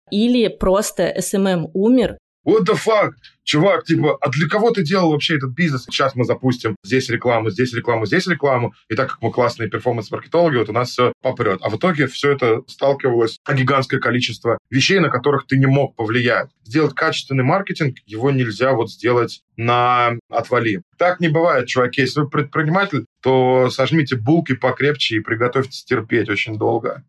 или просто SMM умер. What the fuck? Чувак, а для кого ты делал вообще этот бизнес? Сейчас мы запустим здесь рекламу, здесь рекламу, здесь рекламу, и так как мы классные перформанс-маркетологи, вот у нас все попрет. А в итоге все это сталкивалось на гигантское количество вещей, на которых ты не мог повлиять. Сделать качественный маркетинг, его нельзя сделать на отвали. Так не бывает, чуваки. Если вы предприниматель, то сожмите булки покрепче и приготовьтесь терпеть очень долго.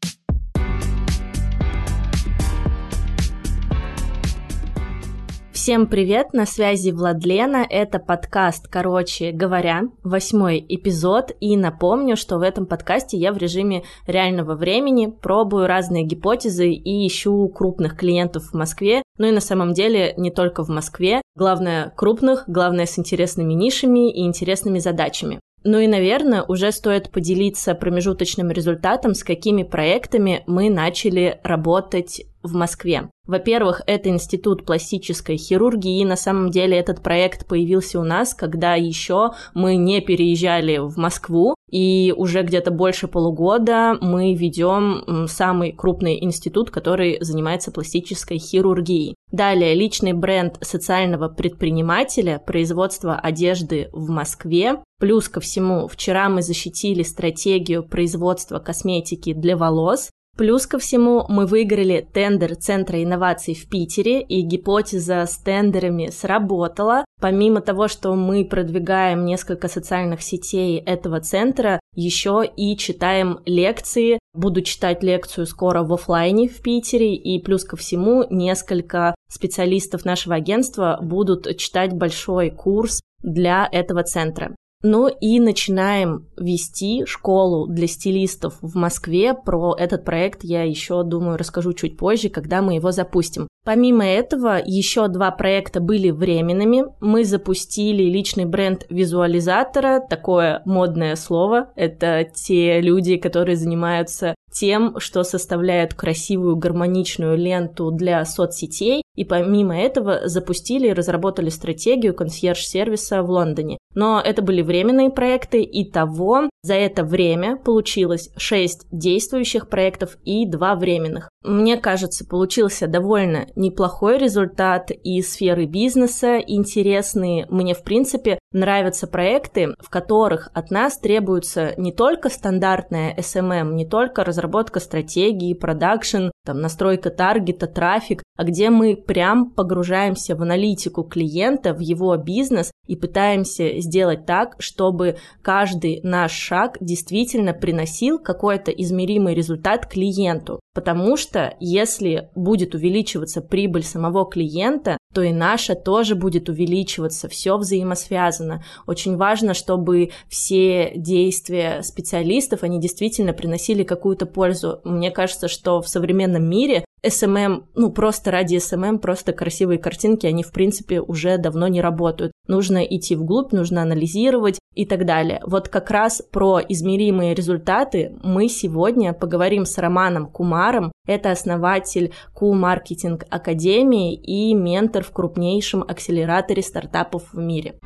Всем привет, на связи Владлена, это подкаст «Короче говоря», 8-й эпизод, и напомню, что в этом подкасте я в режиме реального времени пробую разные гипотезы и ищу крупных клиентов в Москве, ну и на самом деле не только в Москве, главное крупных, главное с интересными нишами и интересными задачами. Ну и, наверное, уже стоит поделиться промежуточным результатом, с какими проектами мы начали работать в Москве. Во-первых, это Институт пластической хирургии. На самом деле этот проект появился у нас, когда еще мы не переезжали в Москву, и уже где-то больше полугода мы ведем самый крупный институт, который занимается пластической хирургией. Далее, личный бренд социального предпринимателя, производство одежды в Москве. Плюс ко всему, вчера мы защитили стратегию производства косметики для волос. Плюс ко всему, мы выиграли тендер Центра инноваций в Питере, и гипотеза с тендерами сработала. Помимо того, что мы продвигаем несколько социальных сетей этого центра, еще и читаем лекции. Буду читать лекцию скоро в офлайне в Питере, и плюс ко всему несколько специалистов нашего агентства будут читать большой курс для этого центра. Ну и начинаем вести школу для стилистов в Москве. Про этот проект я еще, думаю, расскажу чуть позже, когда мы его запустим. Помимо этого, еще 2 проекта были временными. Мы запустили личный бренд визуализатора, такое модное слово. Это те люди, которые занимаются тем, что составляют красивую гармоничную ленту для соцсетей. И помимо этого запустили и разработали стратегию консьерж-сервиса в Лондоне. Но это были временные проекты, и того за это время получилось 6 действующих проектов и 2 временных. Мне кажется, получился довольно неплохой результат из сферы бизнеса, интересные. Мне, в принципе, нравятся проекты, в которых от нас требуется не только стандартная SMM, не только разработка стратегии, продакшн, настройка таргета, трафик, а где мы прям погружаемся в аналитику клиента, в его бизнес и пытаемся сделать так, чтобы каждый наш шаг действительно приносил какой-то измеримый результат клиенту. Потому что если будет увеличиваться прибыль самого клиента, то и наша тоже будет увеличиваться, все взаимосвязано. Очень важно, чтобы все действия специалистов, они действительно приносили какую-то пользу. Мне кажется, что в современном мире SMM, просто ради SMM, просто красивые картинки, они, в принципе, уже давно не работают. Нужно идти вглубь, нужно анализировать и так далее. Вот как раз про измеримые результаты мы сегодня поговорим с Романом Кумаром. Это основатель Q-Marketing Академии и ментор в крупнейшем акселераторе стартапов в мире.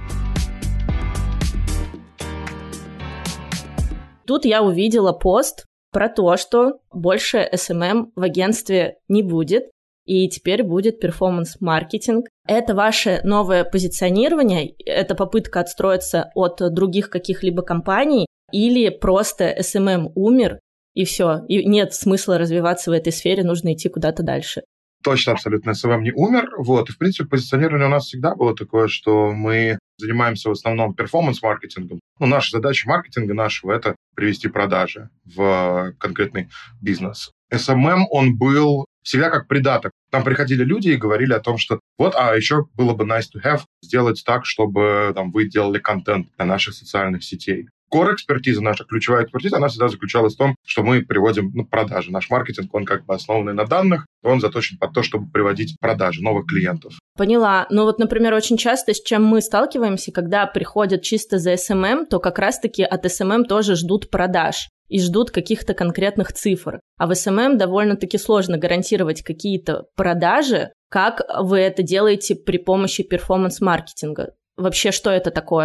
Тут я увидела пост про то, что больше SMM в агентстве не будет, и теперь будет перформанс-маркетинг. Это ваше новое позиционирование, это попытка отстроиться от других каких-либо компаний, или просто SMM умер, и все, и нет смысла развиваться в этой сфере, нужно идти куда-то дальше. Точно, абсолютно, SMM не умер. И, в принципе, позиционирование у нас всегда было такое, что мы занимаемся в основном перформанс-маркетингом. Наша задача маркетинга нашего – это привести продажи в конкретный бизнес. SMM, он был всегда как придаток. Там приходили люди и говорили о том, что еще было бы nice to have сделать так, чтобы вы делали контент для наших социальных сетей. Core-экспертиза, наша ключевая экспертиза, она всегда заключалась в том, что мы приводим продажи. Наш маркетинг, он основанный на данных, он заточен под то, чтобы приводить продажи новых клиентов. Поняла. Например, очень часто, с чем мы сталкиваемся, когда приходят чисто за SMM, то как раз-таки от SMM тоже ждут продаж и ждут каких-то конкретных цифр. А в SMM довольно-таки сложно гарантировать какие-то продажи. Как вы это делаете при помощи перформанс-маркетинга? Вообще, что это такое?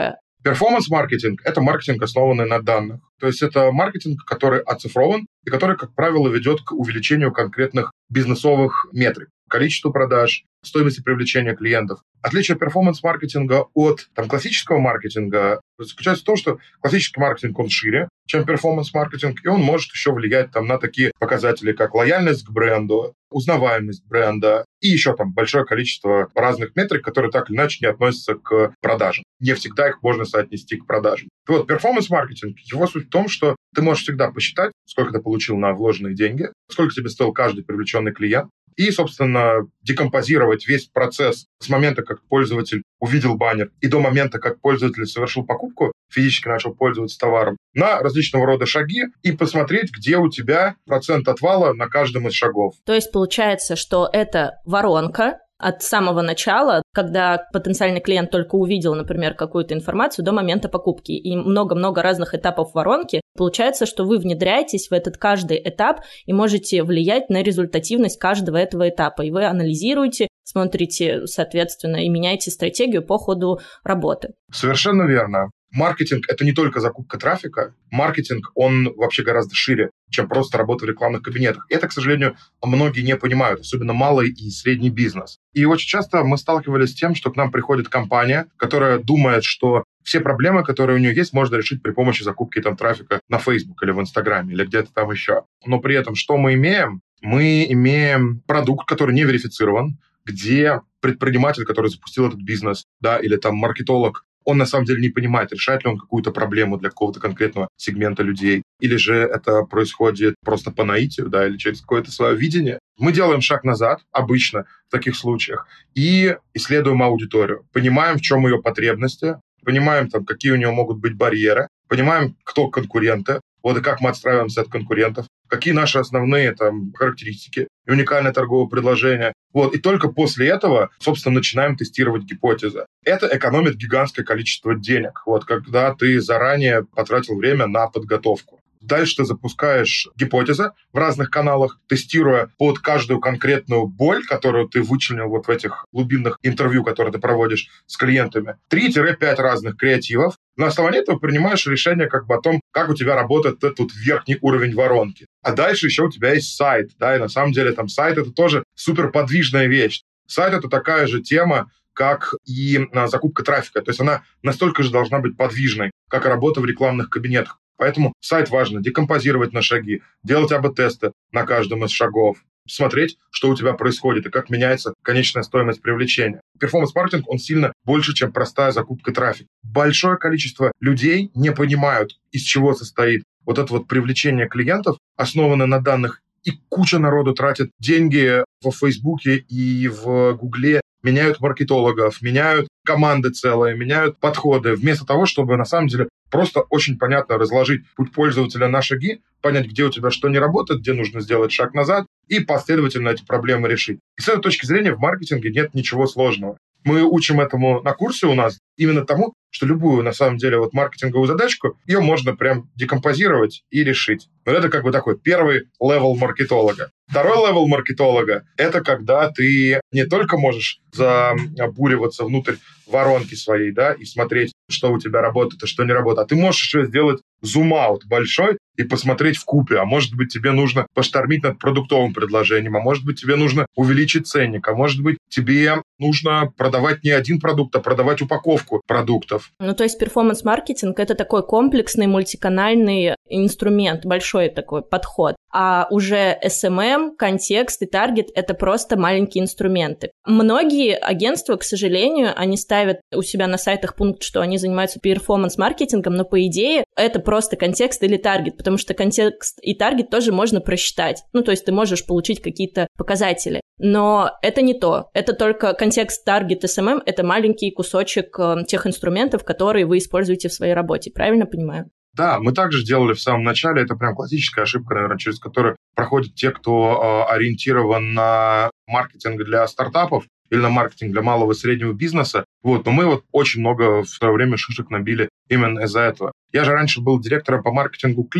Перформанс-маркетинг – это маркетинг, основанный на данных. То есть это маркетинг, который оцифрован и который, как правило, ведет к увеличению конкретных бизнесовых метрик. Количество продаж, стоимости привлечения клиентов. Отличие перформанс-маркетинга от классического маркетинга заключается в том, что классический маркетинг, он шире, чем перформанс-маркетинг, и он может еще влиять на такие показатели, как лояльность к бренду, узнаваемость бренда и еще большое количество разных метрик, которые так или иначе не относятся к продажам. Не всегда их можно соотнести к продажам. И вот перформанс-маркетинг, его суть в том, что ты можешь всегда посчитать, сколько ты получил на вложенные деньги, сколько тебе стоил каждый привлеченный клиент, и, собственно, декомпозировать весь процесс с момента, как пользователь увидел баннер, и до момента, как пользователь совершил покупку, физически начал пользоваться товаром, на различного рода шаги и посмотреть, где у тебя процент отвала на каждом из шагов. То есть получается, что это воронка от самого начала, когда потенциальный клиент только увидел, например, какую-то информацию до момента покупки, и много-много разных этапов воронки. Получается, что вы внедряетесь в этот каждый этап и можете влиять на результативность каждого этого этапа. И вы анализируете, смотрите, соответственно, и меняете стратегию по ходу работы. Совершенно верно. Маркетинг – это не только закупка трафика. Маркетинг, он вообще гораздо шире, чем просто работа в рекламных кабинетах. Это, к сожалению, многие не понимают, особенно малый и средний бизнес. И очень часто мы сталкивались с тем, что к нам приходит компания, которая думает, что все проблемы, которые у нее есть, можно решить при помощи закупки трафика на Facebook или в Инстаграме, или где-то там еще. Но при этом что мы имеем? Мы имеем продукт, который не верифицирован, где предприниматель, который запустил этот бизнес, или маркетолог, он на самом деле не понимает, решает ли он какую-то проблему для какого-то конкретного сегмента людей, или же это происходит просто по наитию, или через какое-то свое видение. Мы делаем шаг назад, обычно в таких случаях, и исследуем аудиторию, понимаем, в чем ее потребности, понимаем, какие у нее могут быть барьеры, понимаем, кто конкуренты, и как мы отстраиваемся от конкурентов, какие наши основные характеристики и уникальное торговое предложение. И только после этого, собственно, начинаем тестировать гипотезы. Это экономит гигантское количество денег, когда ты заранее потратил время на подготовку. Дальше ты запускаешь гипотезы в разных каналах, тестируя под каждую конкретную боль, которую ты вычленил в этих глубинных интервью, которые ты проводишь с клиентами. 3-5 разных креативов. На основании этого принимаешь решение о том, как у тебя работает этот верхний уровень воронки. А дальше еще у тебя есть сайт. И на самом деле сайт — это тоже суперподвижная вещь. Сайт — это такая же тема, как и закупка трафика. То есть она настолько же должна быть подвижной, как и работа в рекламных кабинетах. Поэтому сайт важно декомпозировать на шаги, делать АБ-тесты на каждом из шагов, смотреть, что у тебя происходит и как меняется конечная стоимость привлечения. Перформанс-маркетинг, он сильно больше, чем простая закупка трафика. Большое количество людей не понимают, из чего состоит это привлечение клиентов, основанное на данных, и куча народу тратит деньги в Фейсбуке и в Гугле, меняют маркетологов, меняют команды целые, меняют подходы, вместо того, чтобы на самом деле просто очень понятно разложить путь пользователя на шаги, понять, где у тебя что не работает, где нужно сделать шаг назад и последовательно эти проблемы решить. И с этой точки зрения в маркетинге нет ничего сложного. Мы учим этому на курсе у нас именно тому, что любую, на самом деле, маркетинговую задачку, ее можно прям декомпозировать и решить. Это такой первый левел маркетолога. Второй левел маркетолога – это когда ты не только можешь забуриваться внутрь воронки своей, и смотреть, что у тебя работает и что не работает, а ты можешь еще сделать зум-аут большой и посмотреть вкупе. А может быть, тебе нужно поштормить над продуктовым предложением, а может быть, тебе нужно увеличить ценник, а может быть, тебе нужно продавать не один продукт, а продавать упаковку продуктов. То есть перформанс-маркетинг – это такой комплексный, мультиканальный инструмент, большой такой подход. А уже SMM, контекст и таргет – это просто маленькие инструменты. Многие агентства, к сожалению, они ставят у себя на сайтах пункт, что они занимаются перформанс-маркетингом, но по идее это просто контекст или таргет, потому что контекст и таргет тоже можно просчитать. То есть ты можешь получить какие-то показатели. Но это не то. Это только контекст, таргет, SMM – это маленький кусочек тех инструментов, которые вы используете в своей работе. Правильно понимаю? Да, мы также делали в самом начале, это прям классическая ошибка, наверное, через которую проходят те, кто ориентирован на маркетинг для стартапов или на маркетинг для малого и среднего бизнеса. Но мы очень много в свое время шишек набили именно из-за этого. Я же раньше был директором по маркетингу Clean,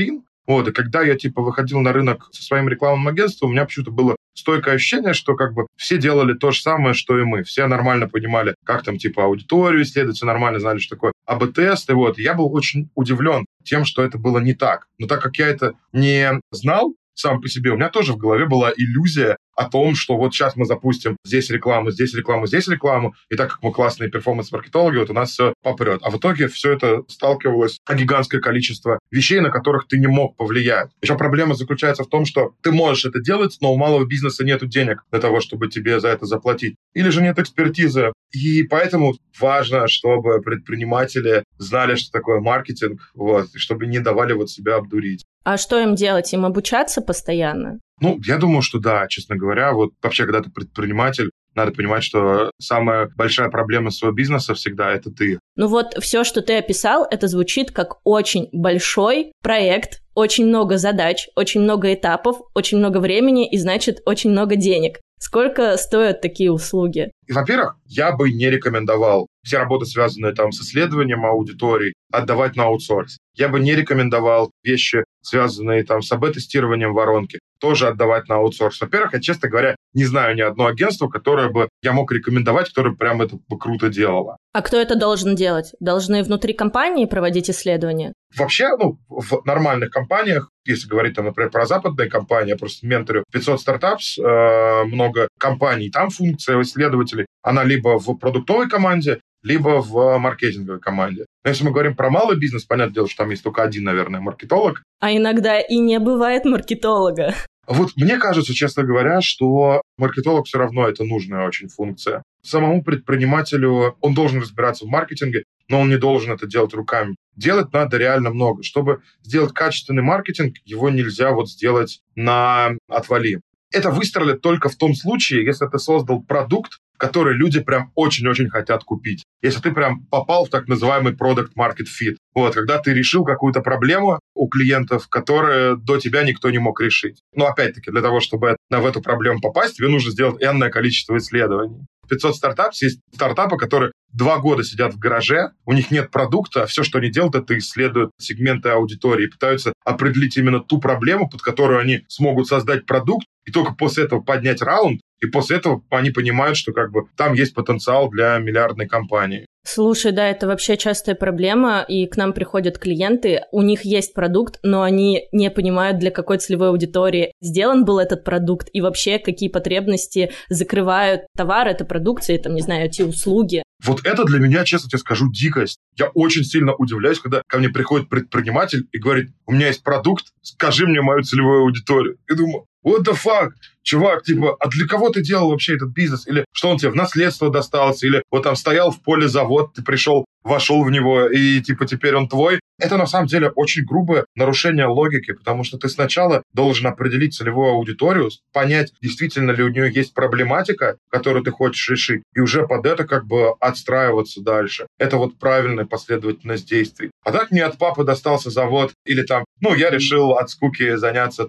Вот, и когда я, выходил на рынок со своим рекламным агентством, у меня почему-то было стойкое ощущение, что, все делали то же самое, что и мы. Все нормально понимали, как там, аудиторию исследовать, все нормально знали, что такое АБ-тесты, вот. Я был очень удивлен тем, что это было не так. Но так как я это не знал сам по себе, у меня тоже в голове была иллюзия о том, что вот сейчас мы запустим здесь рекламу, здесь рекламу, здесь рекламу, и так как мы классные перформанс-маркетологи, вот у нас все попрет. А в итоге все это сталкивалось о гигантское количество вещей, на которых ты не мог повлиять. Еще проблема заключается в том, что ты можешь это делать, но у малого бизнеса нет денег для того, чтобы тебе за это заплатить. Или же нет экспертизы. И поэтому важно, чтобы предприниматели знали, что такое маркетинг, вот, и чтобы не давали себя обдурить. А что им делать? Им обучаться постоянно? Я думаю, что да, честно говоря. Вот вообще, когда ты предприниматель, надо понимать, что самая большая проблема своего бизнеса всегда это ты. Все, что ты описал, это звучит как очень большой проект, очень много задач, очень много этапов, очень много времени и, значит, очень много денег. Сколько стоят такие услуги? И, во-первых, я бы не рекомендовал все работы, связанные с исследованием аудитории, отдавать на аутсорс. Я бы не рекомендовал вещи, связанные с АБ-тестированием воронки, тоже отдавать на аутсорс. Во-первых, я, честно говоря, не знаю ни одно агентство, которое бы я мог рекомендовать, которое прям это бы круто делало. А кто это должен делать? Должны внутри компании проводить исследования? Вообще, в нормальных компаниях, если говорить, например, про западные компании, я просто менторю 500 стартапс, много компаний, там функция исследователей, она либо в продуктовой команде, либо в маркетинговой команде. Но если мы говорим про малый бизнес, понятное дело, что там есть только один, наверное, маркетолог. А иногда и не бывает маркетолога. Вот мне кажется, честно говоря, что маркетолог все равно это нужная очень функция. Самому предпринимателю он должен разбираться в маркетинге, но он не должен это делать руками. Делать надо реально много. Чтобы сделать качественный маркетинг, его нельзя сделать на отвали. Это выстрелит только в том случае, если ты создал продукт, который люди прям очень-очень хотят купить. Если ты прям попал в так называемый product market fit. Вот, когда ты решил какую-то проблему у клиентов, которую до тебя никто не мог решить. Но опять-таки, для того, чтобы в эту проблему попасть, тебе нужно сделать энное количество исследований. 500 стартапов, есть стартапы, которые 2 года сидят в гараже, у них нет продукта, а все, что они делают, это исследуют сегменты аудитории, пытаются определить именно ту проблему, под которую они смогут создать продукт, и только после этого поднять раунд, и после этого они понимают, что там есть потенциал для миллиардной компании. Слушай, да, это вообще частая проблема, и к нам приходят клиенты, у них есть продукт, но они не понимают, для какой целевой аудитории сделан был этот продукт, и вообще какие потребности закрывают товар, это продукция, эти услуги. Вот это для меня, честно тебе скажу, дикость. Я очень сильно удивляюсь, когда ко мне приходит предприниматель и говорит: у меня есть продукт, скажи мне мою целевую аудиторию. И думаю, what the fuck? Чувак, а для кого ты делал вообще этот бизнес? Или что он тебе в наследство достался? Или стоял в поле завод, ты пришел, вошел в него, и теперь он твой? Это на самом деле очень грубое нарушение логики, потому что ты сначала должен определить целевую аудиторию, понять, действительно ли у нее есть проблематика, которую ты хочешь решить, и уже под это отстраиваться дальше. Это правильная последовательность действий. А так мне от папы достался завод, или я решил от скуки заняться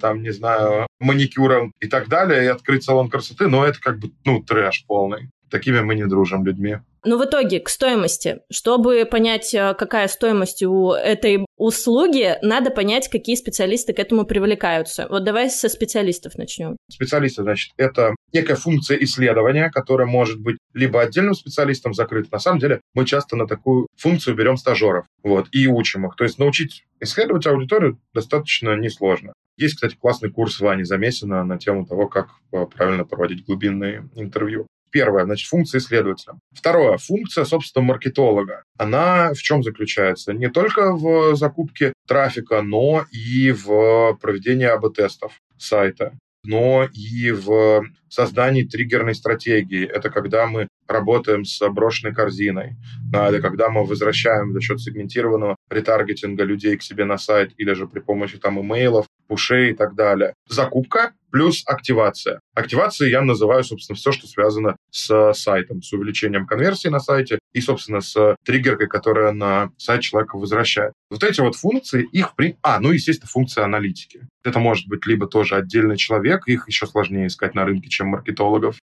маникюром и так далее, и открыть салон красоты, но это трэш полный. Такими мы не дружим людьми. В итоге к стоимости. Чтобы понять, какая стоимость у этой услуги, надо понять, какие специалисты к этому привлекаются. Давай со специалистов начнем. Специалисты, это некая функция исследования, которая может быть либо отдельным специалистом закрыта. На самом деле мы часто на такую функцию берем стажеров и учим их. То есть научить исследовать аудиторию достаточно несложно. Есть, кстати, классный курс Вани Замесина на тему того, как правильно проводить глубинные интервью. Первое, функция исследователя. Второе, функция, собственно, маркетолога. Она в чем заключается? Не только в закупке трафика, но и в проведении АБ-тестов сайта, но и в создании триггерной стратегии. Это когда мы работаем с брошенной корзиной. Это когда мы возвращаем за счет сегментированного ретаргетинга людей к себе на сайт или же при помощи имейлов, пушей и так далее. Закупка плюс активация. Активацией я называю, собственно, все, что связано с сайтом, с увеличением конверсии на сайте и, собственно, с триггеркой, которая на сайт человека возвращает. Эти функции, естественно, функция аналитики. Это может быть либо тоже отдельный человек, их еще сложнее искать на рынке, чем маркетологов.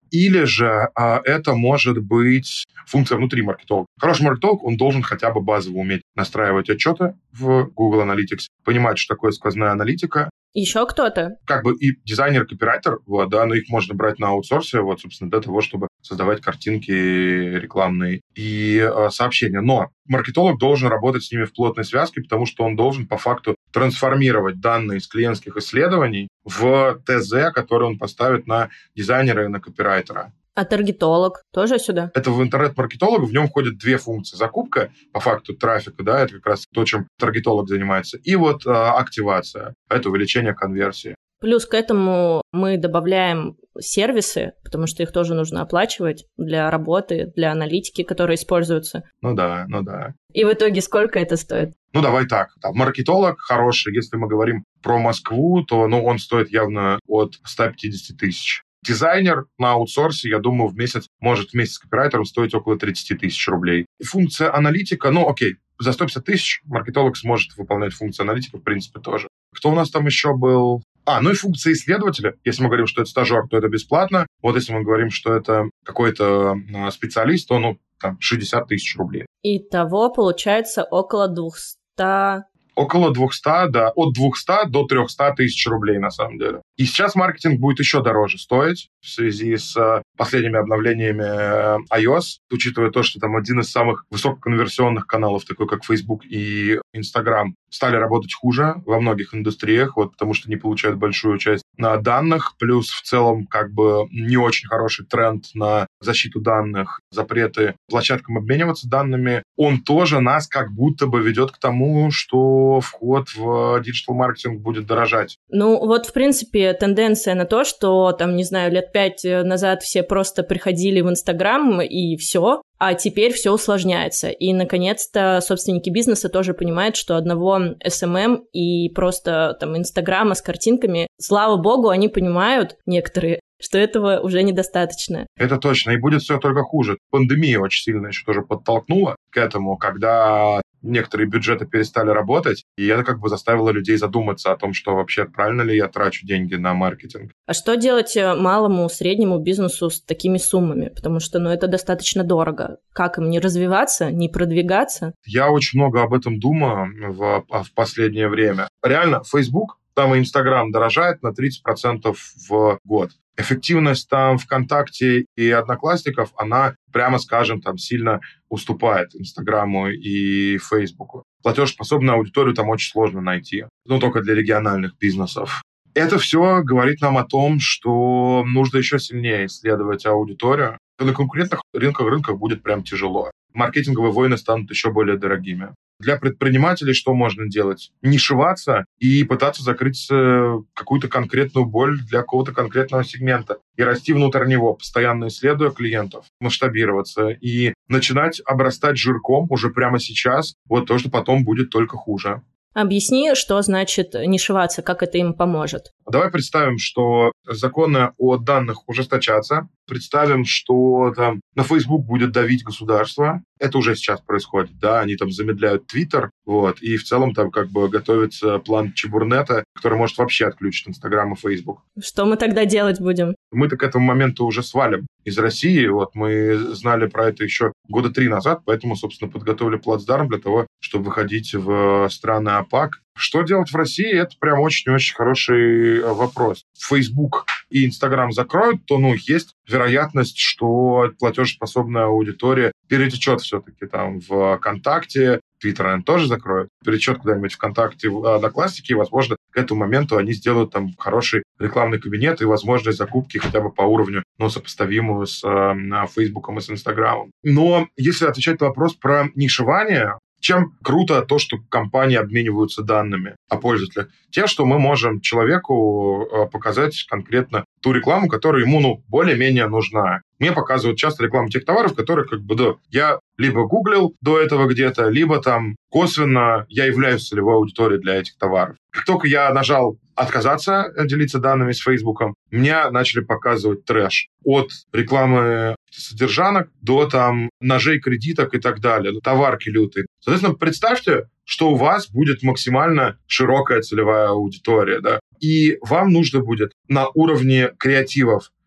Или же это может быть функция внутри маркетолога. Хороший маркетолог, он должен хотя бы базово уметь настраивать отчеты в Google Analytics, понимать, что такое сквозная аналитика. Еще кто-то? Как бы и дизайнер, копирайтер, вот, да, но их можно брать на аутсорсе, вот, собственно, для того, чтобы создавать картинки рекламные и сообщения. Но маркетолог должен работать с ними в плотной связке, потому что он должен по факту трансформировать данные из клиентских исследований в ТЗ, который он поставит на дизайнера и на копирайтера. А таргетолог тоже сюда? Это в интернет-маркетолога, в нем входят две функции. Закупка, по факту, трафика, да, это как раз то, чем таргетолог занимается. И вот активация, это увеличение конверсии. Плюс к этому мы добавляем сервисы, потому что их тоже нужно оплачивать для работы, для аналитики, которые используются. Ну да. И в итоге сколько это стоит? Ну, давай так. Там, маркетолог хороший, если мы говорим про Москву, то он стоит явно от 150 тысяч. Дизайнер на аутсорсе, я думаю, в месяц может вместе с копирайтером стоить около 30 тысяч рублей. И функция аналитика, за 150 тысяч маркетолог сможет выполнять функцию аналитика, в принципе, тоже. Кто у нас там еще был? И функция исследователя. Если мы говорим, что это стажер, то это бесплатно. Вот если мы говорим, что это какой-то специалист, то, 60 тысяч рублей. Итого получается около 200... Около 200, да, от 200 до 300 тысяч рублей, на самом деле. И сейчас маркетинг будет еще дороже стоить в связи с последними обновлениями iOS, учитывая то, что там один из самых высококонверсионных каналов, такой как Facebook и Instagram, стали работать хуже во многих индустриях, потому что не получают большую часть данных, плюс в целом не очень хороший тренд на защиту данных, запреты площадкам обмениваться данными, он тоже нас как будто бы ведет к тому, что вход в диджитал-маркетинг будет дорожать. В принципе, тенденция на то, что, лет 5 назад все просто приходили в Инстаграм и все, а теперь все усложняется. И, наконец-то, собственники бизнеса тоже понимают, что одного SMM и просто Инстаграма с картинками, слава богу, они понимают, некоторые, что этого уже недостаточно. Это точно, и будет все только хуже. Пандемия очень сильно еще тоже подтолкнула к этому, когда некоторые бюджеты перестали работать, и это заставило людей задуматься о том, что вообще правильно ли я трачу деньги на маркетинг. А что делать малому, среднему бизнесу с такими суммами? Потому что, это достаточно дорого. Как им не развиваться, не продвигаться? Я очень много об этом думаю в последнее время. Реально, Facebook, там и Instagram дорожает на 30% в год. Эффективность там ВКонтакте и Одноклассников, она, прямо скажем, сильно уступает Инстаграму и Фейсбуку. Платежеспособную аудиторию там очень сложно найти, только для региональных бизнесов. Это все говорит нам о том, что нужно еще сильнее исследовать аудиторию. На конкурентных рынках будет прям тяжело. Маркетинговые войны станут еще более дорогими. Для предпринимателей что можно делать? Нишеваться и пытаться закрыть какую-то конкретную боль для какого-то конкретного сегмента и расти внутрь него, постоянно исследуя клиентов, масштабироваться и начинать обрастать жирком уже прямо сейчас, то, что потом будет только хуже. Объясни, что значит нишеваться, как это им поможет. Давай представим, что законы о данных ужесточатся. Представим, что на Facebook будет давить государство. Это уже сейчас происходит, да, они замедляют Twitter, и в целом готовится план Чебурнета, который может вообще отключить Instagram и Facebook. Что мы тогда делать будем? Мы-то к этому моменту уже свалим из России, мы знали про это еще 3 года назад, поэтому, собственно, подготовили плацдарм для того, чтобы выходить в страны АПАК. Что делать в России? Это прям очень-очень хороший вопрос. Facebook и Instagram закроют, то, есть вероятность, что платежеспособная аудитория перетечет все-таки в ВКонтакте, Twitter, наверное, тоже закроют, перетечет куда-нибудь ВКонтакте, в Одноклассники, и, возможно, к этому моменту они сделают хороший рекламный кабинет и возможность закупки хотя бы по уровню, сопоставимую с Фейсбуком и с Инстаграмом. Но если отвечать на вопрос про нишевание, чем круто то, что компании обмениваются данными о пользователях? Тем, что мы можем человеку показать конкретно ту рекламу, которая ему, более-менее нужна. Мне показывают часто рекламу тех товаров, которые я либо гуглил до этого где-то, либо косвенно я являюсь целевой аудиторией для этих товаров. Как только я нажал отказаться делиться данными с Фейсбуком, мне начали показывать трэш. От рекламы содержанок до ножей, кредиток и так далее. Товарки лютые. Соответственно, представьте, что у вас будет максимально широкая целевая аудитория, да, и вам нужно будет на уровне креативов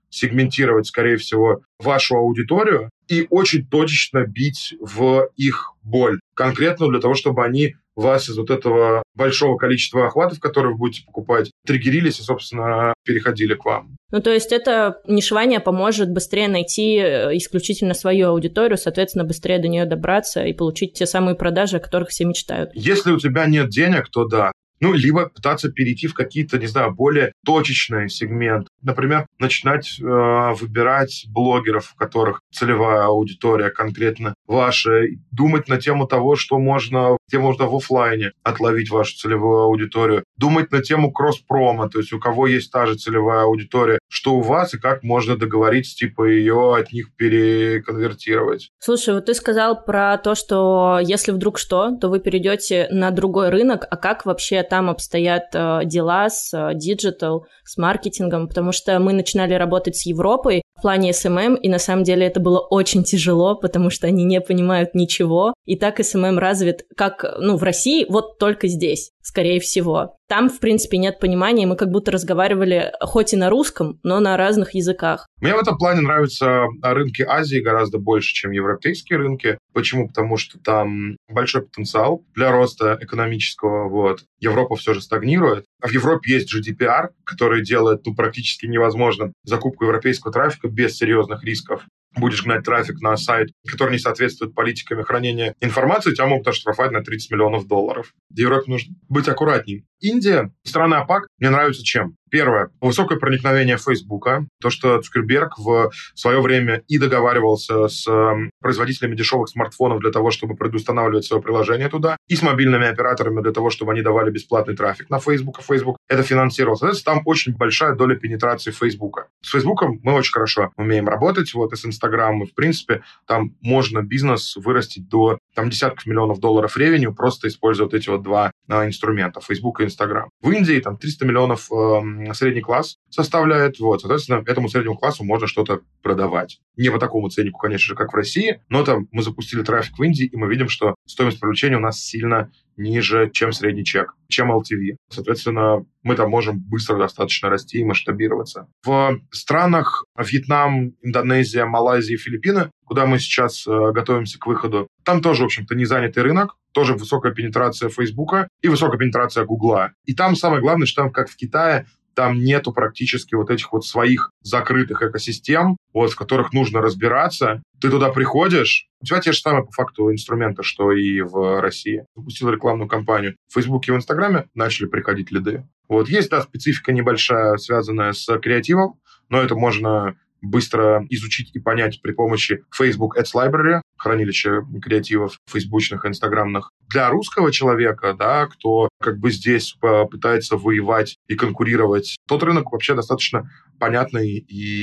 сегментировать, скорее всего, вашу аудиторию и очень точечно бить в их боль. Конкретно для того, чтобы они вас из вот этого большого количества охватов, которые вы будете покупать, триггерились и, собственно, переходили к вам. Ну, то есть это нишевание поможет быстрее найти исключительно свою аудиторию, соответственно, быстрее до нее добраться и получить те самые продажи, о которых все мечтают. Если у тебя нет денег, то да. Ну, либо пытаться перейти в какие-то, не знаю, более точечные сегменты. Например, начинать выбирать блогеров, у которых целевая аудитория конкретно ваша. Думать на тему того, где можно в офлайне отловить вашу целевую аудиторию. Думать на тему кросс-промо, то есть у кого есть та же целевая аудитория, что у вас и как можно договориться, типа ее от них переконвертировать. Слушай, вот ты сказал про то, что если вдруг что, то вы перейдете на другой рынок, а как вообще там обстоят дела с диджитал, с маркетингом, потому что мы начинали работать с Европой в плане SMM, и на самом деле это было очень тяжело, потому что они не понимают ничего, и так SMM развит как, в России, вот только здесь, скорее всего. Там, в принципе, нет понимания, и мы как будто разговаривали хоть и на русском, но на разных языках. Мне в этом плане нравятся рынки Азии гораздо больше, чем европейские рынки. Почему? Потому что там большой потенциал для роста экономического. Вот. Европа все же стагнирует. А в Европе есть GDPR, который делает практически невозможным закупку европейского трафика без серьезных рисков. Будешь гнать трафик на сайт, который не соответствует политикам хранения информации, тебя могут оштрафовать на $30 миллионов. В Европе нужно быть аккуратней. Индия, страна АПАК, мне нравится чем? Первое, высокое проникновение Фейсбука. То, что Цукерберг в свое время и договаривался с производителями дешевых смартфонов для того, чтобы предустанавливать свое приложение туда, и с мобильными операторами для того, чтобы они давали бесплатный трафик на Facebook, а Facebook это финансировал. Соответственно, там очень большая доля пенетрации Фейсбука. С Фейсбуком мы очень хорошо умеем работать, и с Инстаграмом, в принципе, там можно бизнес вырастить до десятков миллионов долларов ревеню, просто используя вот эти два инструмента, Facebook и Инстаграм. В Индии там 300 миллионов средний класс составляет, соответственно, этому среднему классу можно что-то продавать. Не по такому ценнику, конечно же, как в России, но там мы запустили трафик в Индии, и мы видим, что стоимость привлечения у нас сильно ниже, чем средний чек, чем LTV. Соответственно, мы там можем быстро достаточно расти и масштабироваться. В странах Вьетнам, Индонезия, Малайзия и Филиппины, куда мы сейчас готовимся к выходу, там тоже, в общем-то, незанятый рынок, тоже высокая пенетрация Фейсбука и высокая пенетрация Гугла. И там самое главное, что там, как в Китае, там нету практически этих своих закрытых экосистем, в которых нужно разбираться. Ты туда приходишь, у тебя те же самые по факту инструменты, что и в России. Запустил рекламную кампанию в Фейсбуке и в Инстаграме, начали приходить лиды. Есть, специфика небольшая, связанная с креативом, но это можно быстро изучить и понять при помощи Facebook Ads Library, хранилища креативов фейсбучных, инстаграмных. Для русского человека, кто здесь пытается воевать и конкурировать, тот рынок вообще достаточно понятный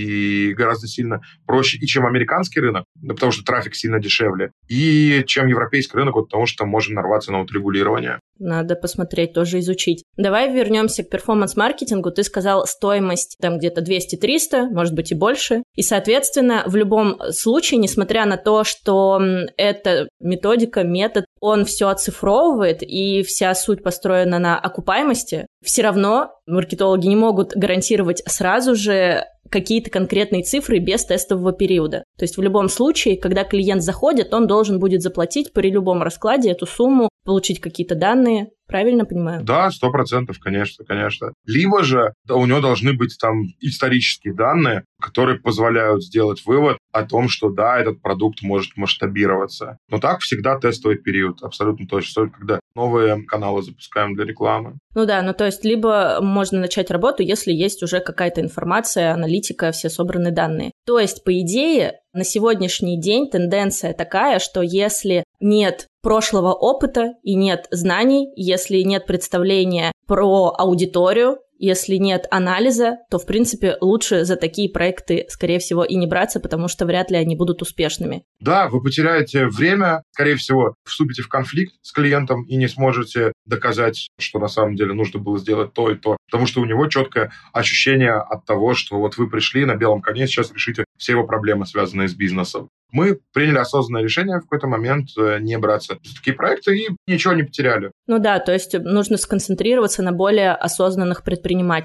и гораздо сильно проще, и чем американский рынок, потому что трафик сильно дешевле, и чем европейский рынок, потому что можем нарваться на регулирование. Надо посмотреть, тоже изучить. Давай вернемся к перформанс-маркетингу. Ты сказал, стоимость там где-то 200-300, может быть и больше. И, соответственно, в любом случае, несмотря на то, что эта методика, метод, он все оцифровывает, и вся суть построена на окупаемости, все равно маркетологи не могут гарантировать сразу же какие-то конкретные цифры без тестового периода. То есть в любом случае, когда клиент заходит, он должен будет заплатить при любом раскладе эту сумму, получить какие-то данные. Правильно понимаю? Да, 100%, конечно. Либо же у него должны быть там исторические данные, которые позволяют сделать вывод о том, что да, этот продукт может масштабироваться. Но так всегда тестовый период, абсолютно точно, когда новые каналы запускаем для рекламы. То есть либо можно начать работу, если есть уже какая-то информация, аналитика, все собраны данные. То есть, по идее, на сегодняшний день тенденция такая, что если нет прошлого опыта и нет знаний, если нет представления про аудиторию, если нет анализа, то, в принципе, лучше за такие проекты, скорее всего, и не браться, потому что вряд ли они будут успешными. Да, вы потеряете время, скорее всего, вступите в конфликт с клиентом и не сможете доказать, что на самом деле нужно было сделать то и то, потому что у него четкое ощущение от того, что вы пришли на белом коне, сейчас решите все его проблемы, связанные с бизнесом. Мы приняли осознанное решение в какой-то момент не браться за такие проекты и ничего не потеряли. То есть нужно сконцентрироваться на более осознанных предпринимателях.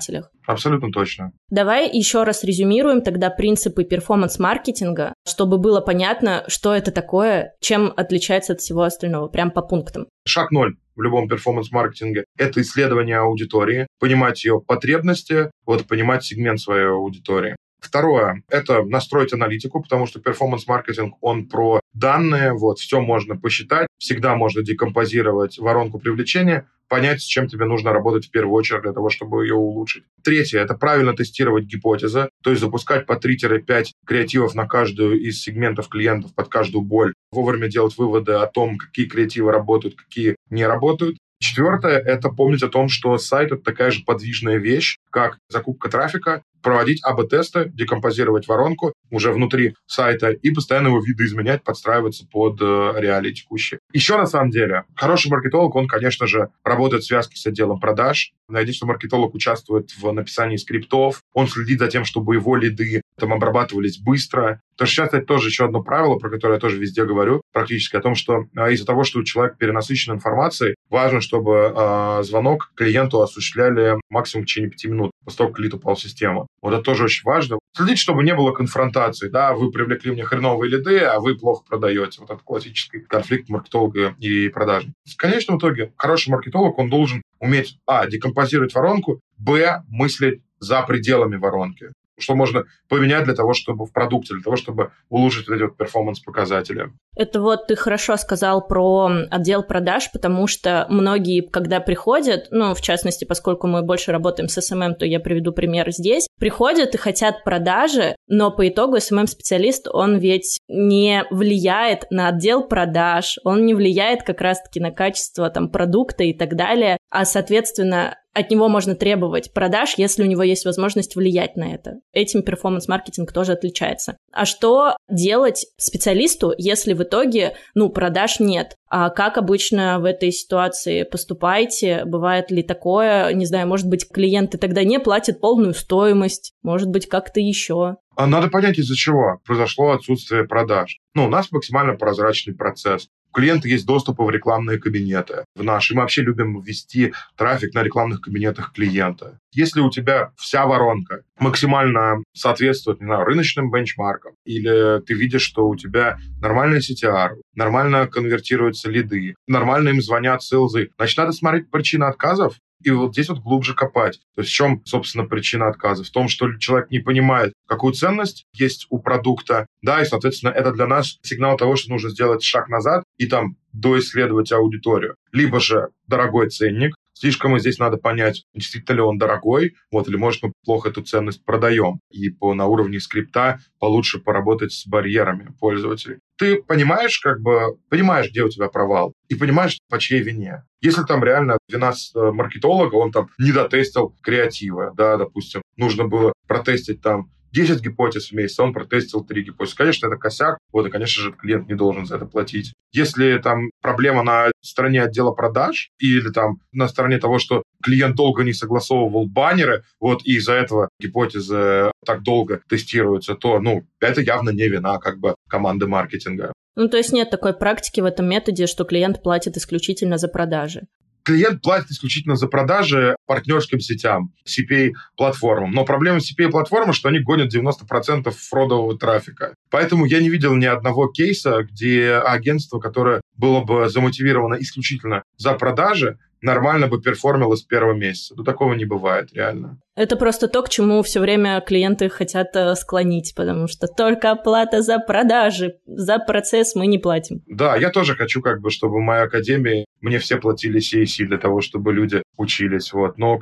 Абсолютно точно. Давай еще раз резюмируем тогда принципы перформанс-маркетинга, чтобы было понятно, что это такое, чем отличается от всего остального, прям по пунктам. Шаг 0 в любом перформанс-маркетинге – это исследование аудитории, понимать ее потребности, понимать сегмент своей аудитории. Второе – это настроить аналитику, потому что перформанс-маркетинг, он про данные, все можно посчитать, всегда можно декомпозировать воронку привлечения, понять, с чем тебе нужно работать в первую очередь для того, чтобы ее улучшить. Третье – это правильно тестировать гипотезы, то есть запускать по 3-5 креативов на каждую из сегментов клиентов, под каждую боль, вовремя делать выводы о том, какие креативы работают, какие не работают. Четвертое – это помнить о том, что сайт – это такая же подвижная вещь, как закупка трафика, проводить АБ-тесты, декомпозировать воронку уже внутри сайта и постоянно его видоизменять, подстраиваться под реалии текущие. Еще на самом деле, хороший маркетолог, он, конечно же, работает в связке с отделом продаж. Найди, что маркетолог участвует в написании скриптов, он следит за тем, чтобы его лиды обрабатывались быстро. Потому что сейчас это тоже еще одно правило, про которое я тоже везде говорю, практически, о том, что из-за того, что человек перенасыщен информацией, важно, чтобы звонок клиенту осуществляли максимум в течение 5 минут, после того, как лид упал в систему. Это тоже очень важно. Следить, чтобы не было конфронтации. Да, вы привлекли мне хреновые лиды, а вы плохо продаете. Это классический конфликт маркетолога и продажника. В конечном итоге, хороший маркетолог, он должен уметь, декомпозировать воронку, мыслить за пределами воронки. Что можно поменять для того, чтобы в продукте, для того, чтобы улучшить эти перформанс-показатели. Это ты хорошо сказал про отдел продаж, потому что многие, когда приходят, в частности, поскольку мы больше работаем с SMM, то я приведу пример здесь, приходят и хотят продажи, но по итогу SMM-специалист, он ведь не влияет на отдел продаж, он не влияет как раз-таки на качество продукта и так далее, а, соответственно, от него можно требовать продаж, если у него есть возможность влиять на это. Этим перформанс-маркетинг тоже отличается. А что делать специалисту, если в итоге, продаж нет? А как обычно в этой ситуации поступаете? Бывает ли такое? Не знаю, может быть, клиенты тогда не платят полную стоимость? Может быть, как-то еще? Надо понять, из-за чего произошло отсутствие продаж. У нас максимально прозрачный процесс. У клиента есть доступы в рекламные кабинеты в наши. Мы вообще любим ввести трафик на рекламных кабинетах клиента. Если у тебя вся воронка максимально соответствует, рыночным бенчмаркам, или ты видишь, что у тебя нормальный CTR, нормально конвертируются лиды, нормально им звонят селзы, значит, надо смотреть причины отказов, и здесь глубже копать. То есть в чем, собственно, причина отказа? В том, что человек не понимает, какую ценность есть у продукта, и, соответственно, это для нас сигнал того, что нужно сделать шаг назад и доисследовать аудиторию. Либо же дорогой ценник, слишком здесь надо понять, действительно ли он дорогой, или, может, мы плохо эту ценность продаем, и на уровне скрипта получше поработать с барьерами пользователей. Ты понимаешь, где у тебя провал, и понимаешь, по чьей вине. Если реально вина маркетолога, он не дотестил креатива, допустим, нужно было протестить 10 гипотез в месяц, он протестил 3 гипотезы. Конечно, это косяк, и, конечно же, клиент не должен за это платить. Если проблема на стороне отдела продаж или на стороне того, что клиент долго не согласовывал баннеры, и из-за этого гипотезы так долго тестируются, то, это явно не вина команды маркетинга. То есть нет такой практики в этом методе, что клиент платит исключительно за продажи. Клиент платит исключительно за продажи партнерским сетям, CPA-платформам. Но проблема CPA-платформы, что они гонят 90% фродового трафика. Поэтому я не видел ни одного кейса, где агентство, которое было бы замотивировано исключительно за продажи, нормально бы перформило с первого месяца. Такого не бывает, реально. Это просто то, к чему все время клиенты хотят склонить, потому что только оплата за продажи, за процесс мы не платим. Да, я тоже хочу, чтобы в моей академии мне все платили CAC для того, чтобы люди учились, но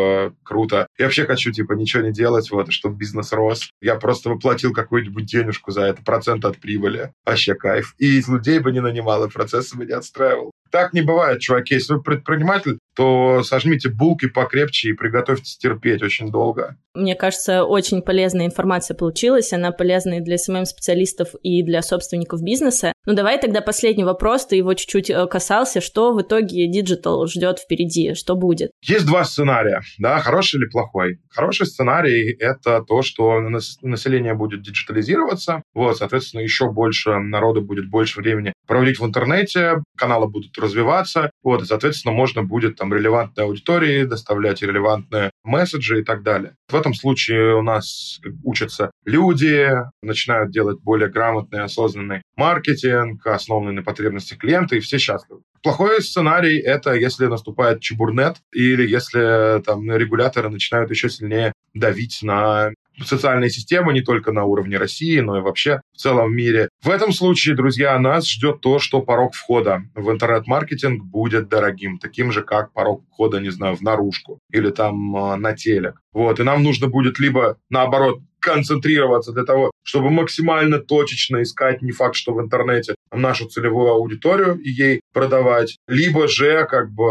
круто. Я вообще хочу, ничего не делать, чтобы бизнес рос. Я просто бы платил какую-нибудь денежку за это, процент от прибыли. Вообще кайф. И людей бы не нанимал, и процессы бы не отстраивал. Так не бывает, чуваки. Если вы предприниматель, то сожмите булки покрепче и приготовьтесь терпеть очень долго. Мне кажется, очень полезная информация получилась. Она полезна и для SMM-специалистов, и для собственников бизнеса. Давай тогда последний вопрос. Ты его чуть-чуть касался. Что в итоге диджитал ждет впереди? Что будет? Есть 2 сценария. Хороший или плохой? Хороший сценарий – это то, что население будет диджитализироваться. Соответственно, еще больше народу будет больше времени проводить в интернете, каналы будут развиваться. И, соответственно, можно будет там релевантной аудитории, доставлять релевантные месседжи и так далее. В этом случае у нас учатся люди, начинают делать более грамотный, осознанный маркетинг, основанный на потребностях клиента, и все счастливы. Плохой сценарий – это если наступает чебурнет или если там регуляторы начинают еще сильнее давить на социальные системы не только на уровне России, но и вообще в целом мире. В этом случае, друзья, нас ждет то, что порог входа в интернет-маркетинг будет дорогим, таким же, как порог входа, не знаю, в наружку или там на телек. Вот. И нам нужно будет либо, наоборот, концентрироваться для того, чтобы максимально точечно искать, не факт, что в интернете, нашу целевую аудиторию и ей продавать, либо же,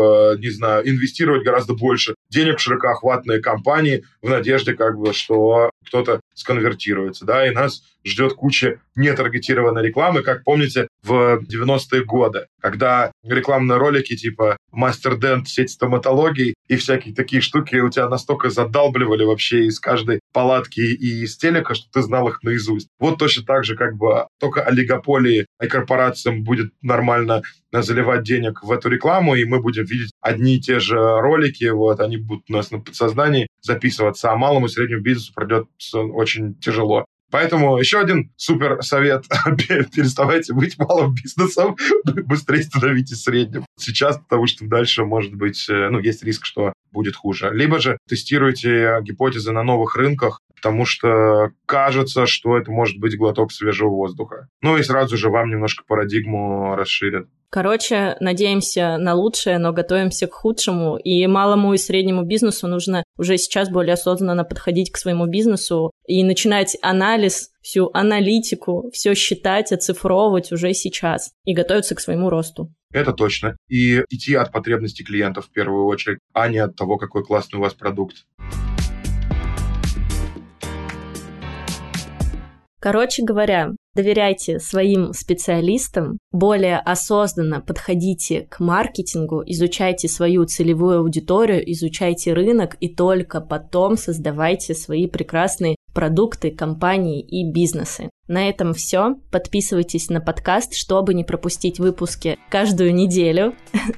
не знаю, инвестировать гораздо больше денег в широкоохватные компании в надежде, что кто-то сконвертируется, да, и нас ждет куча нетаргетированной рекламы, как помните, в 90-е годы, когда рекламные ролики типа «Мастер Дент, сеть стоматологий» и всякие такие штуки у тебя настолько задалбливали вообще из каждой палатки и из телека, что ты знал их наизусть. Вот точно так же, только олигополии и корпорациям будет нормально заливать денег в эту рекламу, и мы будем видеть одни и те же ролики, они будут у нас на подсознании записываться, а малому и среднему бизнесу придет очень тяжело. Поэтому еще один супер совет. Переставайте быть малым бизнесом, быстрее становитесь средним. Сейчас, потому что дальше, может быть, есть риск, что будет хуже. Либо же тестируйте гипотезы на новых рынках, потому что кажется, что это может быть глоток свежего воздуха. И сразу же вам немножко парадигму расширят. Короче, надеемся на лучшее, но готовимся к худшему. И малому и среднему бизнесу нужно уже сейчас более осознанно подходить к своему бизнесу и начинать анализ, всю аналитику, все считать, оцифровывать уже сейчас и готовиться к своему росту. Это точно. И идти от потребностей клиентов в первую очередь, а не от того, какой классный у вас продукт. Короче говоря, доверяйте своим специалистам, более осознанно подходите к маркетингу, изучайте свою целевую аудиторию, изучайте рынок и только потом создавайте свои прекрасные продукты, компании и бизнесы. На этом все. Подписывайтесь на подкаст, чтобы не пропустить выпуски каждую неделю.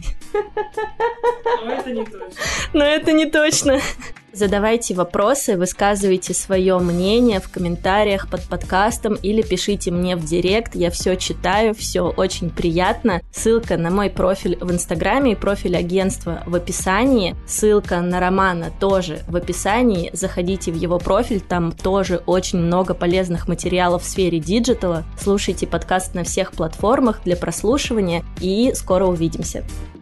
Но это не точно. Задавайте вопросы, высказывайте свое мнение в комментариях под подкастом или пишите мне в директ, я все читаю, все очень приятно. Ссылка на мой профиль в Инстаграме и профиль агентства в описании. Ссылка на Романа тоже в описании. Заходите в его профиль, там тоже очень много полезных материалов в сфере диджитала. Слушайте подкаст на всех платформах для прослушивания и скоро увидимся.